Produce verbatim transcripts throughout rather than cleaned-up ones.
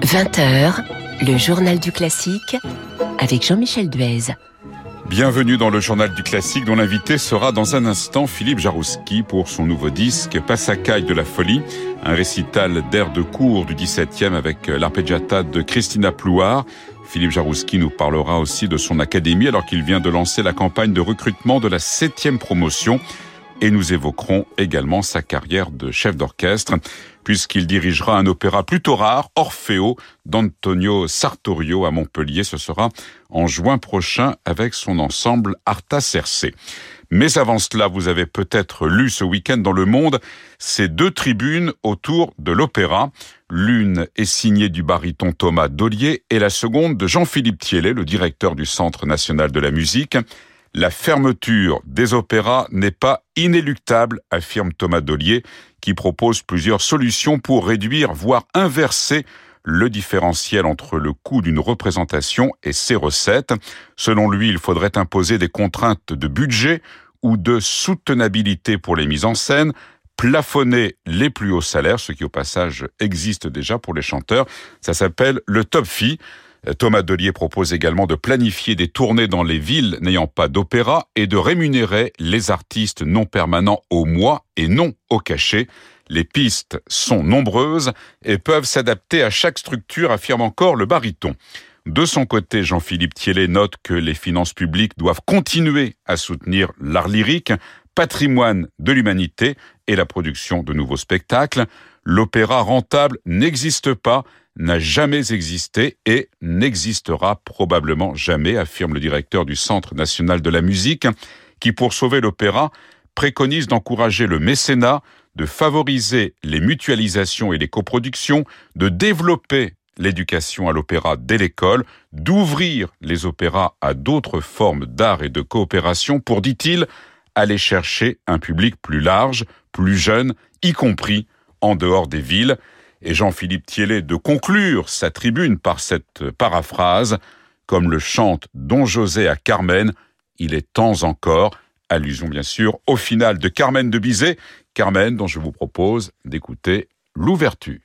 vingt heures, le journal du classique avec Jean-Michel Duez. Bienvenue dans le journal du classique dont l'invité sera dans un instant Philippe Jarouski pour son nouveau disque Passacaille de la folie, un récital d'air de cour du dix-septième avec l'arpeggiata de Christina Plouard. Philippe Jarouski nous parlera aussi de son académie alors qu'il vient de lancer la campagne de recrutement de la septième promotion. Et nous évoquerons également sa carrière de chef d'orchestre, puisqu'il dirigera un opéra plutôt rare, Orfeo, d'Antonio Sartorio à Montpellier. Ce sera en juin prochain avec son ensemble Arta Circe. Mais avant cela, vous avez peut-être lu ce week-end dans Le Monde ces deux tribunes autour de l'opéra. L'une est signée du baryton Thomas Dollier et la seconde de Jean-Philippe Thiellet, le directeur du Centre national de la musique. La fermeture des opéras n'est pas inéluctable, affirme Thomas Dollier, qui propose plusieurs solutions pour réduire, voire inverser le différentiel entre le coût d'une représentation et ses recettes. Selon lui, il faudrait imposer des contraintes de budget ou de soutenabilité pour les mises en scène, plafonner les plus hauts salaires, ce qui au passage existe déjà pour les chanteurs. Ça s'appelle le top fee. Thomas Dollier propose également de planifier des tournées dans les villes n'ayant pas d'opéra et de rémunérer les artistes non permanents au mois et non au cachet. Les pistes sont nombreuses et peuvent s'adapter à chaque structure, affirme encore le baryton. De son côté, Jean-Philippe Thiellet note que les finances publiques doivent continuer à soutenir l'art lyrique, patrimoine de l'humanité et la production de nouveaux spectacles. L'opéra rentable n'existe pas, n'a jamais existé et n'existera probablement jamais, affirme le directeur du Centre national de la musique, qui, pour sauver l'opéra, préconise d'encourager le mécénat, de favoriser les mutualisations et les coproductions, de développer l'éducation à l'opéra dès l'école, d'ouvrir les opéras à d'autres formes d'art et de coopération pour, dit-il, aller chercher un public plus large, plus jeune, y compris en dehors des villes. Et Jean-Philippe Thiellet de conclure sa tribune par cette paraphrase, comme le chante Don José à Carmen, il est temps encore, allusion bien sûr au final de Carmen de Bizet, Carmen dont je vous propose d'écouter l'ouverture.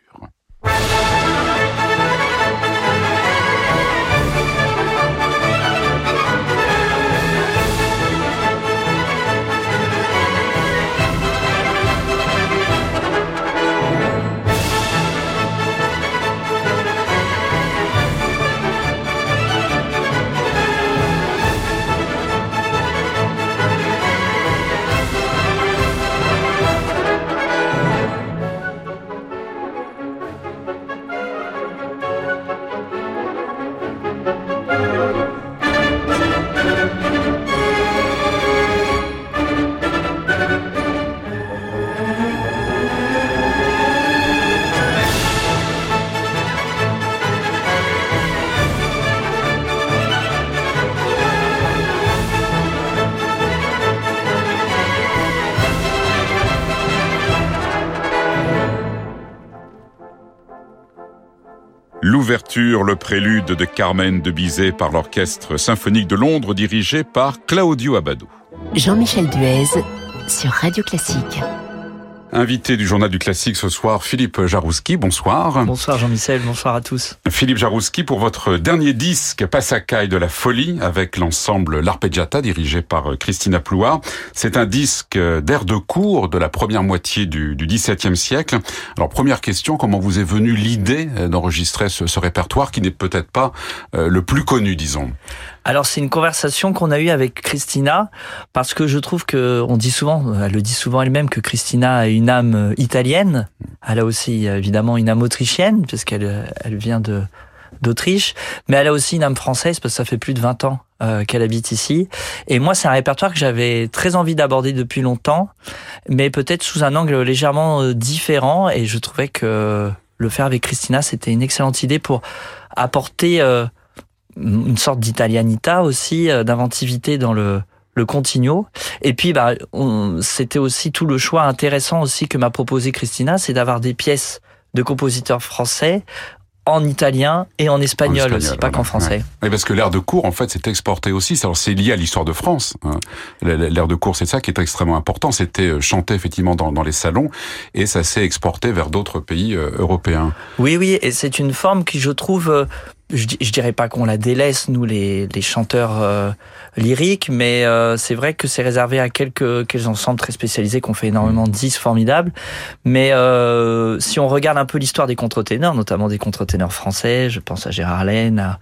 L'ouverture, le prélude de Carmen de Bizet par l'Orchestre symphonique de Londres dirigé par Claudio Abbado. Jean-Michel Duez sur Radio Classique. Invité du journal du classique ce soir, Philippe Jarouski, bonsoir. Bonsoir Jean-Michel, bonsoir à tous. Philippe Jarouski pour votre dernier disque, Passacaille de la folie, avec l'ensemble L'Arpeggiata, dirigé par Christina Plouard. C'est un disque d'air de cour de la première moitié du, du dix-septième siècle. Alors première question, comment vous est venue l'idée d'enregistrer ce, ce répertoire qui n'est peut-être pas euh, le plus connu, disons? Alors c'est une conversation qu'on a eue avec Christina, parce que je trouve que, on dit souvent, elle le dit souvent elle-même, que Christina a une âme italienne. Elle a aussi évidemment une âme autrichienne, puisqu'elle elle vient de d'Autriche, mais elle a aussi une âme française, parce que ça fait plus de vingt ans euh, qu'elle habite ici. Et moi, c'est un répertoire que j'avais très envie d'aborder depuis longtemps, mais peut-être sous un angle légèrement différent, et je trouvais que le faire avec Christina, c'était une excellente idée pour apporter euh, une sorte d'italianità aussi, euh, d'inventivité dans le le continuo. Et puis, bah, on, c'était aussi tout le choix intéressant aussi que m'a proposé Christina, c'est d'avoir des pièces de compositeurs français en italien et en espagnol, en espagnol aussi, pas voilà. qu'en français. Ouais. Oui, parce que l'air de cour, en fait, c'est exporté aussi. Alors, c'est lié à l'histoire de France. Hein. L'air de cour, c'est ça qui est extrêmement important. C'était chanté effectivement dans, dans les salons et ça s'est exporté vers d'autres pays euh, européens. Oui, oui, et c'est une forme qui, je trouve, euh, je, je dirais pas qu'on la délaisse, nous, les, les chanteurs euh, lyriques, mais euh, c'est vrai que c'est réservé à quelques, quelques ensembles très spécialisés qui ont fait énormément de disques formidables. Mais euh, si on regarde un peu l'histoire des contre-ténors, notamment des contre-ténors français, je pense à Gérard Laine, à,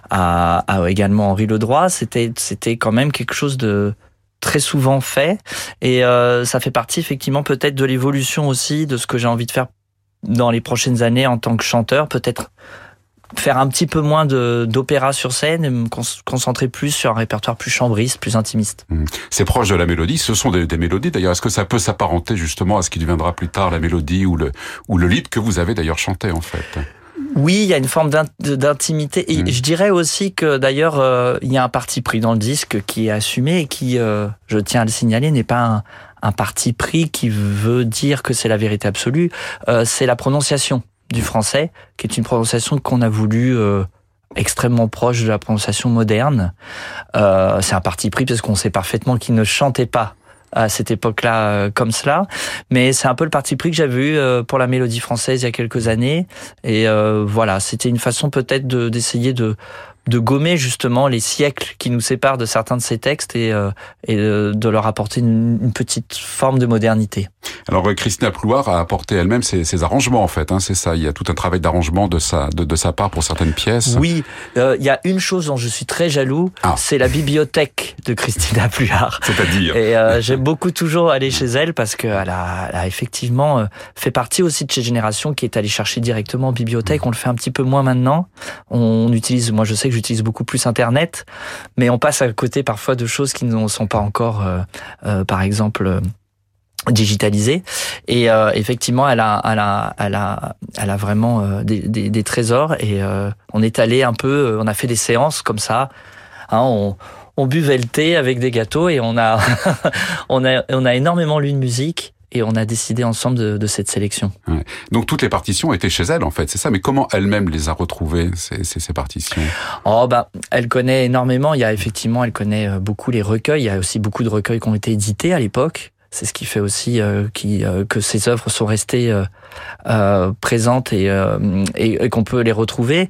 à, à également Henri Ledroit, c'était, c'était quand même quelque chose de très souvent fait. Et euh, ça fait partie effectivement peut-être de l'évolution aussi de ce que j'ai envie de faire dans les prochaines années en tant que chanteur, peut-être faire un petit peu moins de, d'opéra sur scène et me concentrer plus sur un répertoire plus chambriste, plus intimiste. Mmh. C'est proche de la mélodie, ce sont des, des mélodies d'ailleurs. Est-ce que ça peut s'apparenter justement à ce qui deviendra plus tard la mélodie ou le, ou le lead que vous avez d'ailleurs chanté en fait? Oui, il y a une forme d'intimité. Et mmh. je dirais aussi que d'ailleurs, euh, il y a un parti pris dans le disque qui est assumé et qui, euh, je tiens à le signaler, n'est pas un, un parti pris qui veut dire que c'est la vérité absolue. Euh, c'est la prononciation du français, qui est une prononciation qu'on a voulu euh, extrêmement proche de la prononciation moderne. Euh, c'est un parti pris parce qu'on sait parfaitement qu'il ne chantait pas à cette époque-là euh, comme cela, mais c'est un peu le parti pris que j'avais eu euh, pour la mélodie française il y a quelques années. Et euh, voilà, c'était une façon peut-être de, d'essayer de de gommer justement les siècles qui nous séparent de certains de ces textes et, euh, et de leur apporter une, une petite forme de modernité. Alors Christina Plouard a apporté elle-même ses, ses arrangements en fait, hein, c'est ça. Il y a tout un travail d'arrangement de sa de, de sa part pour certaines pièces. Oui, euh, il y a une chose dont je suis très jaloux, ah. c'est la bibliothèque de Christina Plouard. C'est-à-dire. Et euh, j'aime beaucoup toujours aller chez elle parce que elle a, elle a effectivement euh, fait partie aussi de ces générations qui est allée chercher directement en bibliothèque. On le fait un petit peu moins maintenant. On utilise, moi je sais que j'utilise beaucoup plus Internet, mais on passe à côté parfois de choses qui ne sont pas encore, euh, euh, par exemple, euh, digitalisées. Et euh, effectivement, elle a, elle a, elle a, elle a vraiment euh, des, des, des trésors. Et euh, on est allé un peu, on a fait des séances comme ça. Hein, on, on buvait le thé avec des gâteaux et on a, on a, on a énormément lu de musique. Et on a décidé ensemble de, de cette sélection. Ouais. Donc toutes les partitions étaient chez elle en fait, c'est ça. Mais comment elle-même les a retrouvées ces, ces, ces partitions? Oh bah, elle connaît énormément. Il y a effectivement, elle connaît beaucoup les recueils. Il y a aussi beaucoup de recueils qui ont été édités à l'époque. C'est ce qui fait aussi euh, qui, euh, que ces œuvres sont restées euh, euh, présentes et, euh, et, et qu'on peut les retrouver.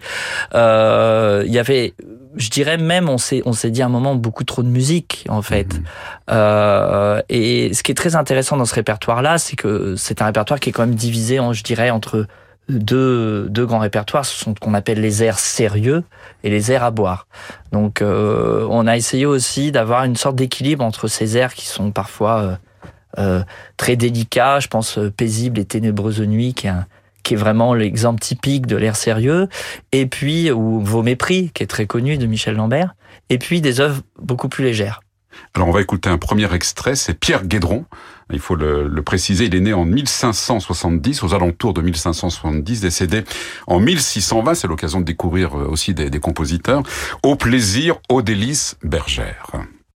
Euh, il y avait, je dirais même, on s'est on s'est dit à un moment beaucoup trop de musique en fait. Mmh. Euh, et ce qui est très intéressant dans ce répertoire-là, c'est que c'est un répertoire qui est quand même divisé, en, je dirais, entre deux deux grands répertoires. Ce sont ce qu'on appelle les airs sérieux et les airs à boire. Donc, euh, on a essayé aussi d'avoir une sorte d'équilibre entre ces airs qui sont parfois euh, Euh, très délicat, je pense euh, Paisible et Ténébreuse nuit, qui est, un, qui est vraiment l'exemple typique de l'air sérieux, et puis ou Vos mépris, qui est très connu de Michel Lambert, et puis des œuvres beaucoup plus légères. Alors on va écouter un premier extrait, c'est Pierre Guédron. Il faut le, le préciser, il est né en mille cinq cent soixante-dix, aux alentours de mille cinq cent soixante-dix, décédé en mille six cent vingt, c'est l'occasion de découvrir aussi des, des compositeurs. Au plaisir, aux délices bergères.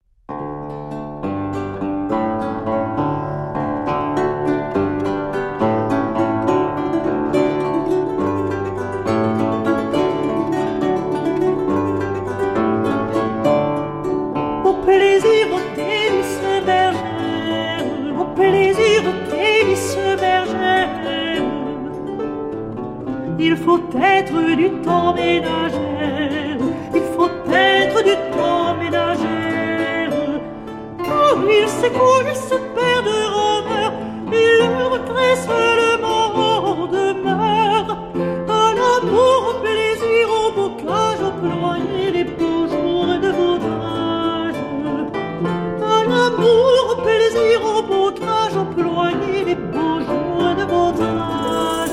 Il faut être du temps ménagère, il faut être du temps ménagère. Quand il s'écoule, il se perd de remords, et le regret seulement demeure. À l'amour, au plaisir, au bocage, employez les beaux jours de votre âge. À l'amour, au plaisir, au bocage, employez les beaux jours de votre âge.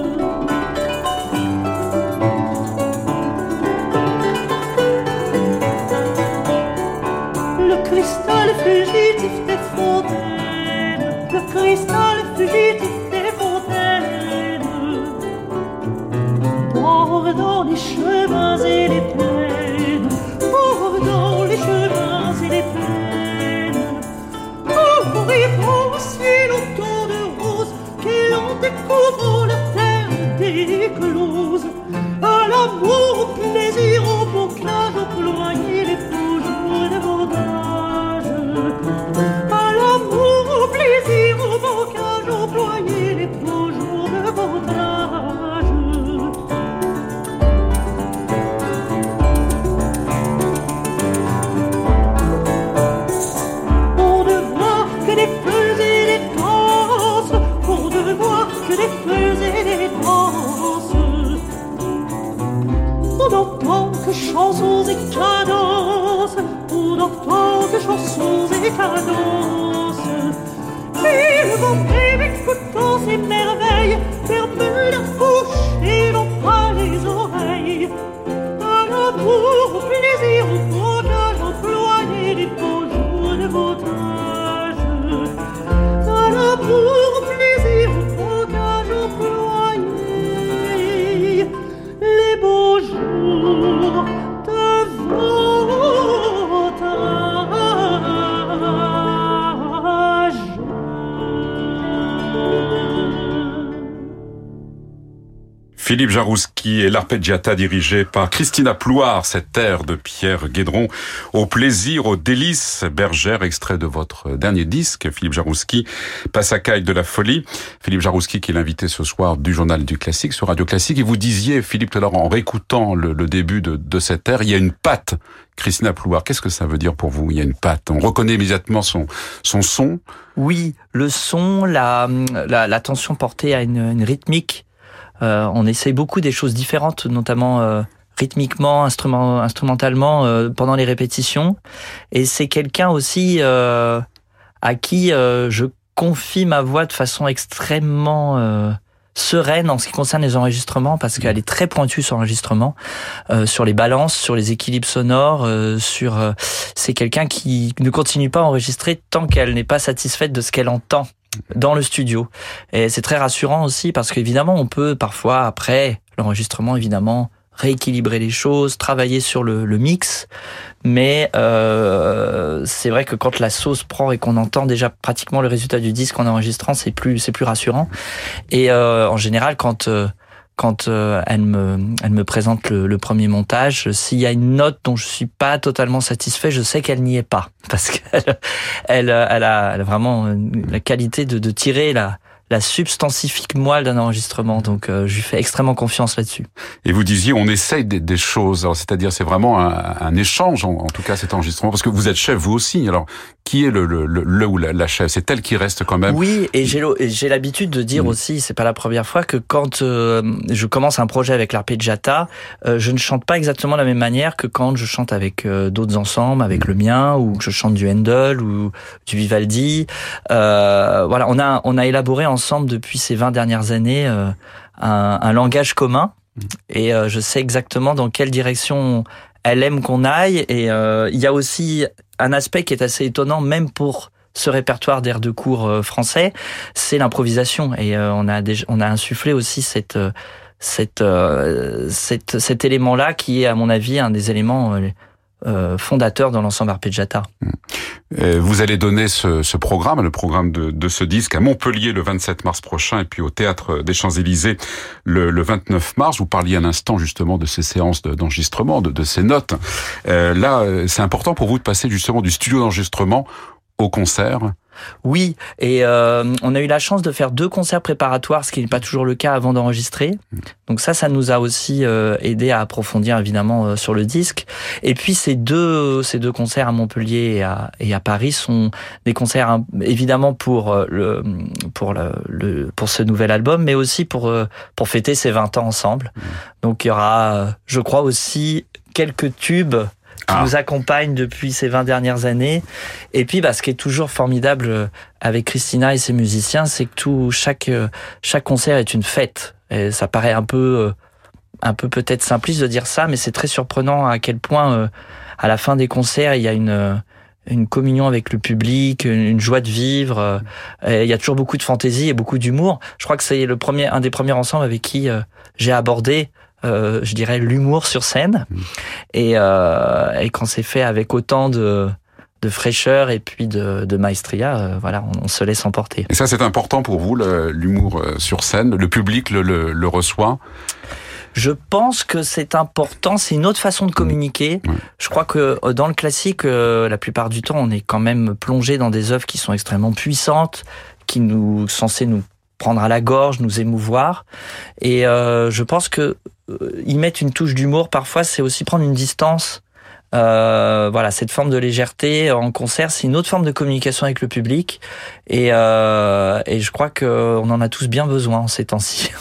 Cristal fugitif des fontaines, le cristal fugitif des fontaines, bordant les chemins et les plaines, bordant les chemins et les plaines. Ouvrez-vous aussi l'automne de rose, que l'on découvre la terre d'éclose. cadence. Et le vent brève, écoutant ces merveilles, ferme la bouche et non pas les oreilles. À l'amour, au plaisir, au potage, employé des beaux jours de votre âge. À l'amour, au plaisir, au potage, employé les beaux jours de votre âge. Philippe Jaroussky et l'arpeggiata dirigé par Christina Plouard, cette air de Pierre Guédron, au plaisir, aux délices bergères, extrait de votre dernier disque, Philippe Jaroussky, Passacaille de la folie. Philippe Jaroussky qui est l'invité ce soir du Journal du Classique sur Radio Classique. Et vous disiez, Philippe, tout à l'heure, en réécoutant le, le début de, de cette air, il y a une patte. Christina Plouard, qu'est-ce que ça veut dire pour vous? Il y a une patte. On reconnaît immédiatement son, son son. Oui, le son, la, la, l'attention portée à une, une rythmique. Euh, on essaye beaucoup des choses différentes, notamment euh, rythmiquement, instrument, instrumentalement, euh, pendant les répétitions. Et c'est quelqu'un aussi euh, à qui euh, je confie ma voix de façon extrêmement euh, sereine en ce qui concerne les enregistrements, parce qu'elle est très pointue sur l'enregistrement, euh, sur les balances, sur les équilibres sonores, euh, sur. Euh, c'est quelqu'un qui ne continue pas à enregistrer tant qu'elle n'est pas satisfaite de ce qu'elle entend dans le studio. Et c'est très rassurant aussi parce qu'évidemment, on peut parfois, après l'enregistrement, évidemment, rééquilibrer les choses, travailler sur le, le mix. Mais euh, c'est vrai que quand la sauce prend et qu'on entend déjà pratiquement le résultat du disque en enregistrant, c'est plus, c'est plus rassurant. Et euh, en général, quand... Euh, Quand euh, elle me elle me présente le, le premier montage, s'il y a une note dont je suis pas totalement satisfait, je sais qu'elle n'y est pas, parce qu'elle elle, elle a, elle a vraiment la qualité de, de tirer la la substantifique moelle d'un enregistrement. Donc euh, je lui fais extrêmement confiance là-dessus. Et vous disiez, on essaye des, des choses. Alors, c'est-à-dire, c'est vraiment un, un échange, en, en tout cas, cet enregistrement, parce que vous êtes chef, vous aussi. Alors, qui est le, le, le, le ou la, la chef? C'est elle qui reste quand même. Oui, et j'ai, j'ai l'habitude de dire mmh. aussi, c'est pas la première fois, que quand euh, je commence un projet avec l'arpeggiata, euh, je ne chante pas exactement de la même manière que quand je chante avec euh, d'autres ensembles, avec mmh. le mien, ou que je chante du Handel ou du Vivaldi. Euh, voilà, on a on a élaboré ensemble depuis ces vingt dernières années euh, un, un langage commun, mmh. et euh, je sais exactement dans quelle direction elle aime qu'on aille. Et euh, il y a aussi un aspect qui est assez étonnant, même pour ce répertoire d'air de cour euh, français, c'est l'improvisation. Et euh, on a déjà, on a insufflé aussi cette cette euh, cette cet élément-là qui est, à mon avis, un des éléments euh, euh, fondateurs dans l'ensemble arpeggiata. Vous allez donner ce, ce programme, le programme de, de ce disque, à Montpellier le vingt-sept mars prochain, et puis au Théâtre des Champs-Élysées le, le vingt-neuf mars. Vous parliez un instant justement de ces séances de, d'enregistrement, de, de ces notes. Euh, là, c'est important pour vous de passer justement du studio d'enregistrement au concert? Oui, et euh, on a eu la chance de faire deux concerts préparatoires, ce qui n'est pas toujours le cas avant d'enregistrer. Donc ça, ça nous a aussi euh, aidé à approfondir évidemment euh, sur le disque. Et puis ces deux ces deux concerts à Montpellier et à, et à Paris sont des concerts hein, évidemment pour euh, le pour le, le pour ce nouvel album, mais aussi pour euh, pour fêter ces vingt ans ensemble. Donc il y aura, euh, je crois aussi, quelques tubes qui ah. nous accompagne depuis ces vingt dernières années. Et puis, bah, ce qui est toujours formidable avec Christina et ses musiciens, c'est que tout, chaque, chaque concert est une fête. Et ça paraît un peu, un peu peut-être simpliste de dire ça, mais c'est très surprenant à quel point, à la fin des concerts, il y a une, une communion avec le public, une joie de vivre. Et il y a toujours beaucoup de fantaisie et beaucoup d'humour. Je crois que c'est le premier, un des premiers ensembles avec qui j'ai abordé Euh, je dirais l'humour sur scène, mmh. et, euh, et quand c'est fait avec autant de, de fraîcheur et puis de, de maestria, euh, voilà, on, on se laisse emporter. Et ça, c'est important pour vous, le, l'humour sur scène, le public le, le, le reçoit? Je pense que c'est important, c'est une autre façon de communiquer. Mmh. Je crois que dans le classique, euh, la plupart du temps, on est quand même plongé dans des œuvres qui sont extrêmement puissantes, qui nous censées nous prendre à la gorge, nous émouvoir. Et euh, je pense que euh, y mettre une touche d'humour, parfois, c'est aussi prendre une distance. Euh, voilà, cette forme de légèreté en concert, c'est une autre forme de communication avec le public. Et, euh, et je crois qu'on en a tous bien besoin en ces temps-ci.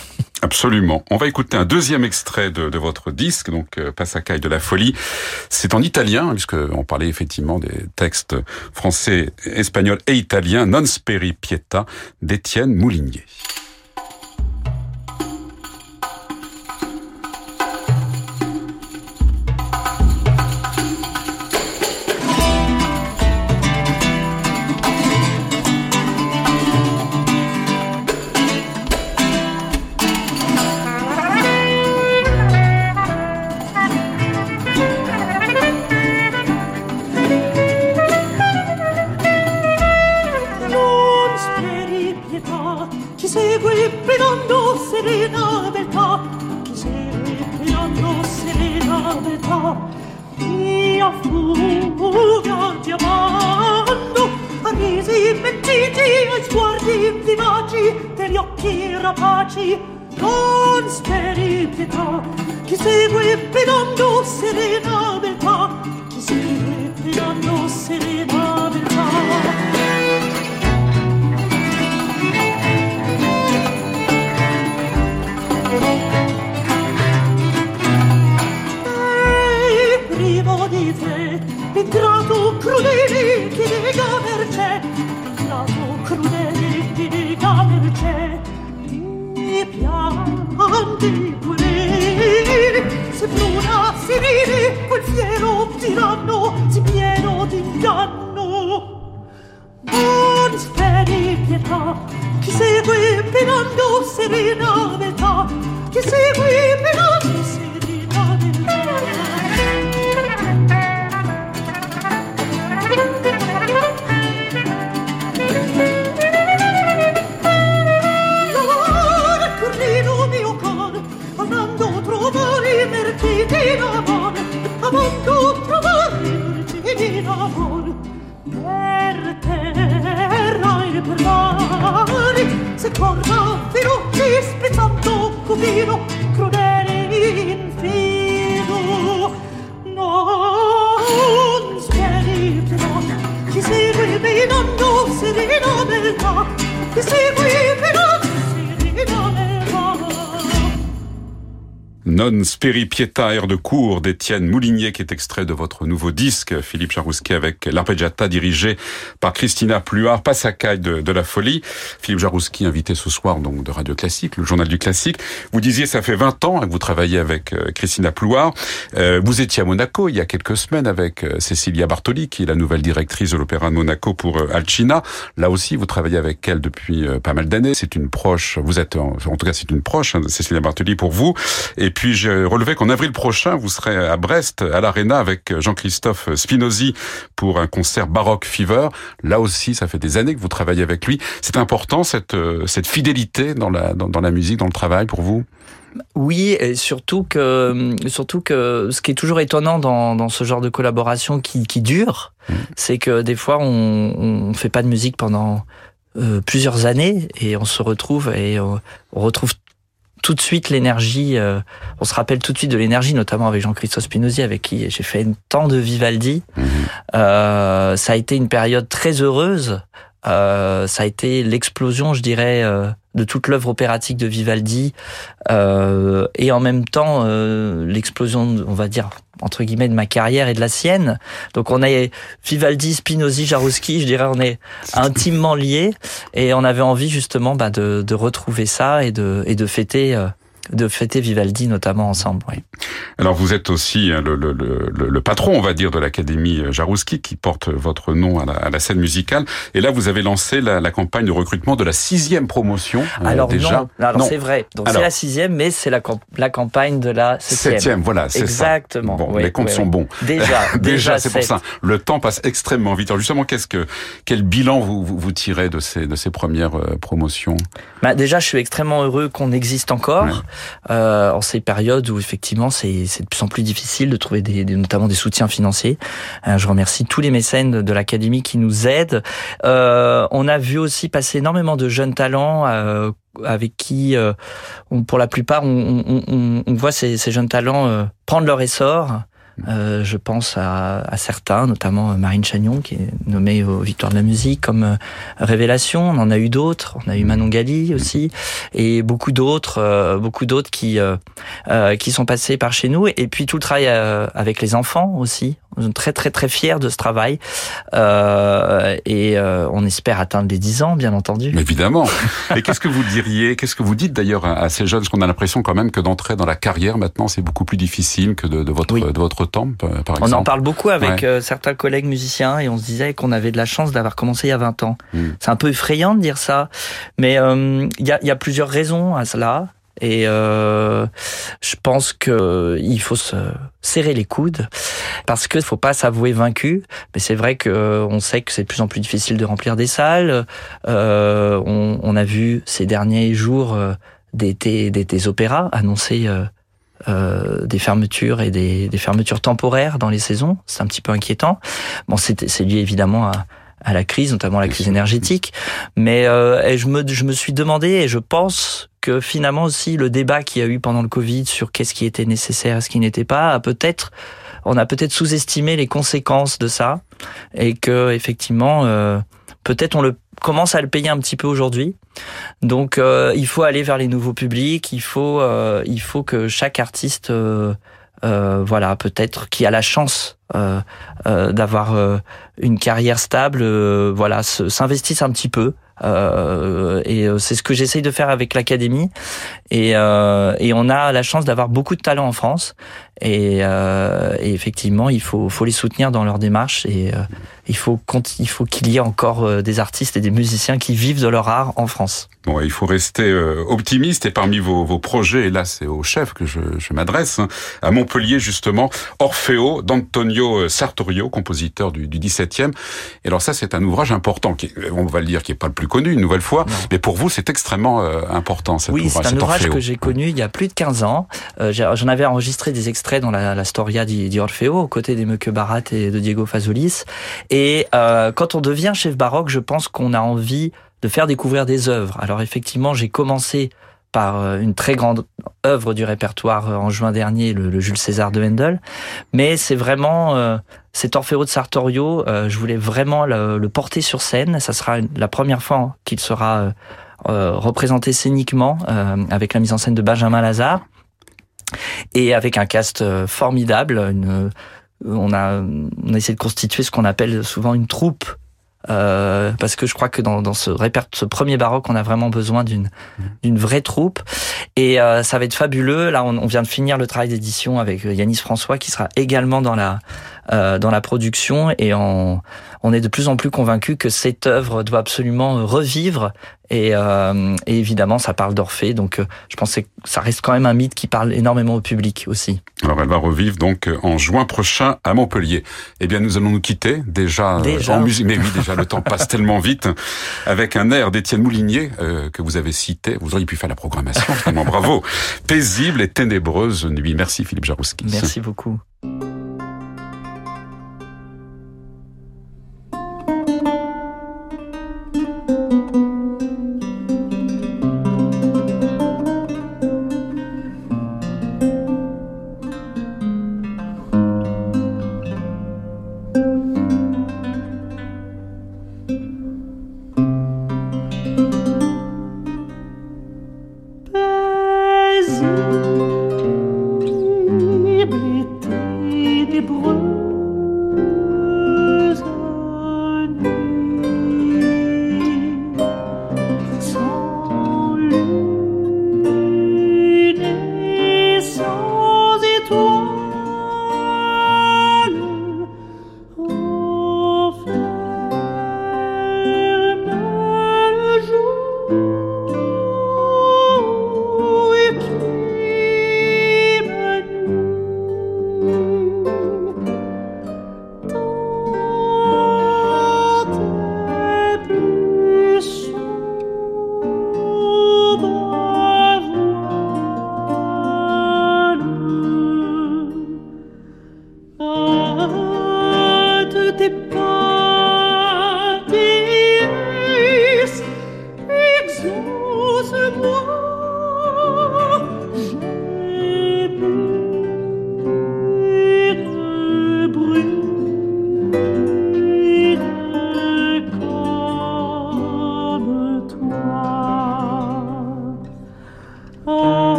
Absolument. On va écouter un deuxième extrait de, de votre disque, donc euh, Passacaille de la folie. C'est en italien, puisqu'on parlait effectivement des textes français, espagnols et italiens. Non speri pietà d'Étienne Moulinier. Non speri pietà, chi segue pedando serena beltà, chi segue pedando serena beltà. Ehi, privo di te, l'ingrato crudele chi nega mercè, l'ingrato crudele chi nega mercè. Pianti quelli, se bruna si ride, quel fiero tiranno si pieno d'inganno. Non speri pietà, chi segue penando serena beltà, chi segue penando serena beltà. In amor, amando trovare in amor, per terra e per mare, se corra feroce spezzando cupino, crudele infido. Non speri pietà, chi segue venando serena beltà, chi segue venando serena beltà. Non speri pietà, air de cour d'Étienne Moulinier, qui est extrait de votre nouveau disque, Philippe Jarouski, avec l'arpeggiata dirigé par Christina Pluart, Passacaille de, de la folie. Philippe Jarouski, invité ce soir donc de Radio Classique, le journal du classique. Vous disiez, ça fait vingt ans que vous travaillez avec euh, Christina Pluart. Euh, vous étiez à Monaco il y a quelques semaines avec euh, Cecilia Bartoli, qui est la nouvelle directrice de l'Opéra de Monaco pour euh, Alcina. Là aussi, vous travaillez avec elle depuis euh, pas mal d'années. C'est une proche, vous êtes, en, en tout cas, c'est une proche, hein, Cecilia Bartoli pour vous. Et puis, j'ai relevé qu'en avril prochain, vous serez à Brest, à l'Arena, avec Jean-Christophe Spinozzi pour un concert Baroque Fever. Là aussi, ça fait des années que vous travaillez avec lui. C'est important, cette, cette fidélité dans la, dans, dans la musique, dans le travail, pour vous? Oui, et surtout que, surtout que ce qui est toujours étonnant dans, dans ce genre de collaboration qui, qui dure, mmh. c'est que des fois, on, on fait pas de musique pendant euh, plusieurs années et on se retrouve et on, on retrouve tout de suite l'énergie, euh, on se rappelle tout de suite de l'énergie, notamment avec Jean-Christophe Spinozzi, avec qui j'ai fait tant de Vivaldi. Mmh. Euh, ça a été une période très heureuse. Euh, ça a été l'explosion, je dirais, euh, de toute l'œuvre opératique de Vivaldi, euh, et en même temps euh, l'explosion, on va dire entre guillemets, de ma carrière et de la sienne. Donc on est Vivaldi, Spinozzi, Jarouski, je dirais, on est intimement liés, et on avait envie justement bah, de, de retrouver ça et de, et de fêter. Euh, de fêter Vivaldi notamment ensemble. Oui. Alors vous êtes aussi le, le, le, le patron, on va dire, de l'Académie Jarouski, qui porte votre nom à la, à la scène musicale. Et là, vous avez lancé la, la campagne de recrutement de la sixième promotion. Alors euh, déjà. non, alors non. C'est vrai. Donc alors, c'est la sixième, mais c'est la, la campagne de la septième. Septième, voilà, c'est exactement. ça. Bon, oui, les comptes oui, sont oui. bons. Déjà, déjà, déjà c'est pour ça. Le temps passe extrêmement vite. Alors justement, qu'est-ce que quel bilan vous vous, vous tirez de ces de ces premières euh, promotions? Bah déjà, je suis extrêmement heureux qu'on existe encore. Ouais. Euh, en ces périodes où effectivement c'est, c'est de plus en plus difficile de trouver des, des, notamment des soutiens financiers. Euh, je remercie tous les mécènes de, de l'Académie qui nous aident. Euh, on a vu aussi passer énormément de jeunes talents euh, avec qui, euh, on, pour la plupart, on, on, on, on voit ces, ces jeunes talents euh, prendre leur essor. Euh, je pense à, à certains, notamment Marine Chagnon, qui est nommée aux Victoires de la musique, comme euh, Révélation. On en a eu d'autres. On a eu Manon Gali aussi, et beaucoup d'autres, euh, beaucoup d'autres qui euh, euh, qui sont passés par chez nous. Et puis tout le travail euh, avec les enfants aussi. On est très très très fiers de ce travail, euh, et euh, on espère atteindre les dix ans, bien entendu. Mais évidemment. Et qu'est-ce que vous diriez, qu'est-ce que vous dites d'ailleurs à, à ces jeunes, parce qu'on a l'impression quand même que d'entrer dans la carrière maintenant, c'est beaucoup plus difficile que de, de votre oui. de votre temps, par exemple. On en parle beaucoup avec ouais. euh, certains collègues musiciens, et on se disait qu'on avait de la chance d'avoir commencé il y a vingt ans. Mmh. C'est un peu effrayant de dire ça, mais il euh, y, a, y a plusieurs raisons à cela. Et euh, je pense que il faut se serrer les coudes, parce que faut pas s'avouer vaincu. Mais c'est vrai que on sait que c'est de plus en plus difficile de remplir des salles. Euh, on, on a vu ces derniers jours euh, des, des, des opéras annoncer euh, euh, des fermetures et des, des fermetures temporaires dans les saisons. C'est un petit peu inquiétant. Bon, c'est, c'est lié évidemment à à la crise, notamment la crise énergétique. Mais euh, et je me je me suis demandé, et je pense que finalement aussi le débat qu'il y a eu pendant le Covid sur qu'est-ce qui était nécessaire et ce qui n'était pas, a peut-être on a peut-être sous-estimé les conséquences de ça, et que effectivement euh, peut-être on le commence à le payer un petit peu aujourd'hui. Donc euh, il faut aller vers les nouveaux publics, il faut euh, il faut que chaque artiste euh, Euh, voilà, peut-être qui a la chance euh, euh, d'avoir euh, une carrière stable, euh, voilà, se, s'investissent un petit peu. Euh, et euh, c'est ce que j'essaye de faire avec l'académie. Et, euh, et on a la chance d'avoir beaucoup de talents en France. Et, euh, et effectivement, il faut, faut les soutenir dans leur démarche. Et euh, il faut, il faut qu'il y ait encore euh, des artistes et des musiciens qui vivent de leur art en France. Bon, il faut rester euh, optimiste. Et parmi vos, vos projets, et là c'est au chef que je, je m'adresse, hein, à Montpellier justement, Orfeo d'Antonio Sartorio, compositeur du, du dix-septième. Et alors ça, c'est un ouvrage important, qui, on va le dire, qui est pas le plus connu une nouvelle fois, non. Mais pour vous, c'est extrêmement euh, important cet oui, ouvrage. Oui, c'est un cet ouvrage Orfeo. que j'ai connu il y a plus de quinze ans. Euh, j'en avais enregistré des extraits dans la, la Storia di, di Orfeo, aux côtés d'Emeke Barat et de Diego Fazolis. Et euh, quand on devient chef baroque, je pense qu'on a envie de faire découvrir des œuvres. Alors effectivement, j'ai commencé par une très grande œuvre du répertoire en juin dernier, le, le Jules César de Handel. Mais c'est vraiment euh, cet Orfeo de Sartorio, euh, je voulais vraiment le, le porter sur scène. Ça sera une, la première fois qu'il sera euh, euh, représenté scéniquement, euh, avec la mise en scène de Benjamin Lazare, et avec un cast euh, formidable. Une, on a, on a essayé de constituer ce qu'on appelle souvent une troupe. Euh, parce que je crois que dans, dans ce, réper- ce premier baroque, on a vraiment besoin d'une, d'une vraie troupe. Et euh, ça va être fabuleux. Là, on, on vient de finir le travail d'édition avec Yanis François, qui sera également dans la euh, dans la production. Et on, on est de plus en plus convaincus que cette œuvre doit absolument revivre. Et, euh, et évidemment, ça parle d'Orphée. Donc, euh, je pense que ça reste quand même un mythe qui parle énormément au public aussi. Alors, elle va revivre donc en juin prochain à Montpellier. Eh bien, nous allons nous quitter déjà, déjà. en musique. Mais oui, déjà, le temps passe tellement vite. Avec un air d'Étienne Moulinier euh, que vous avez cité. Vous auriez pu faire la programmation, finalement. Bravo. Paisible et ténébreuse nuit. Merci Philippe Jarouski. Merci beaucoup. Paisible et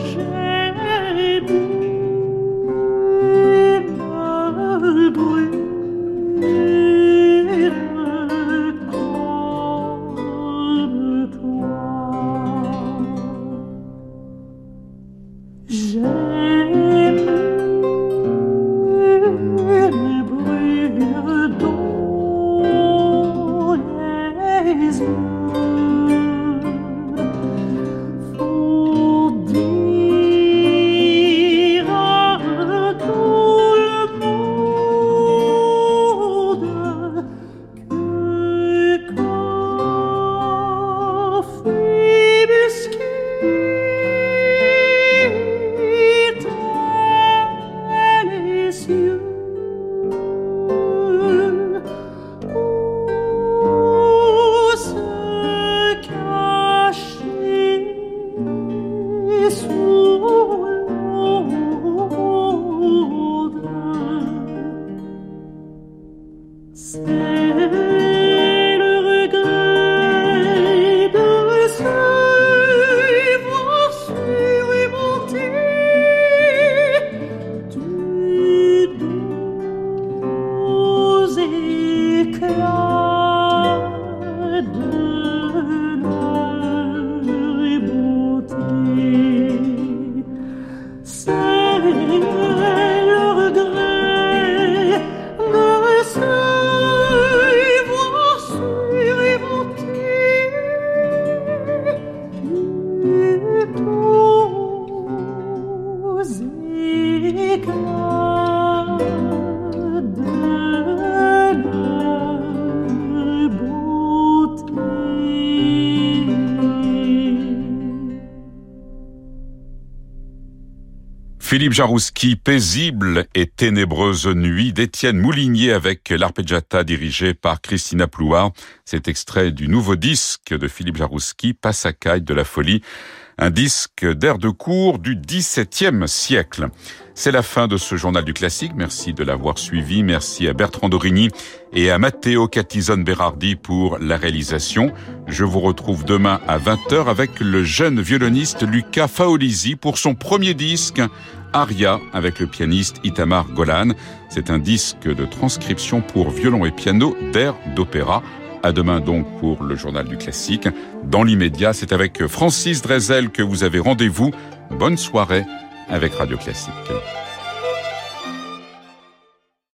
Philippe Jaroussky, Paisible et ténébreuse nuit d'Étienne Moulinier avec l'arpeggiata dirigée par Christina Plouard. C'est extrait du nouveau disque de Philippe Jaroussky, Passacaille de la folie. Un disque d'air de cour du dix-septième siècle. C'est la fin de ce journal du classique. Merci de l'avoir suivi. Merci à Bertrand Dorigny et à Matteo Catizone-Berardi pour la réalisation. Je vous retrouve demain à vingt heures avec le jeune violoniste Luca Faolisi pour son premier disque, Aria, avec le pianiste Itamar Golan. C'est un disque de transcription pour violon et piano d'airs d'opéra. À demain donc pour le journal du classique. Dans l'immédiat, c'est avec Francis Drezel que vous avez rendez-vous. Bonne soirée avec Radio Classique.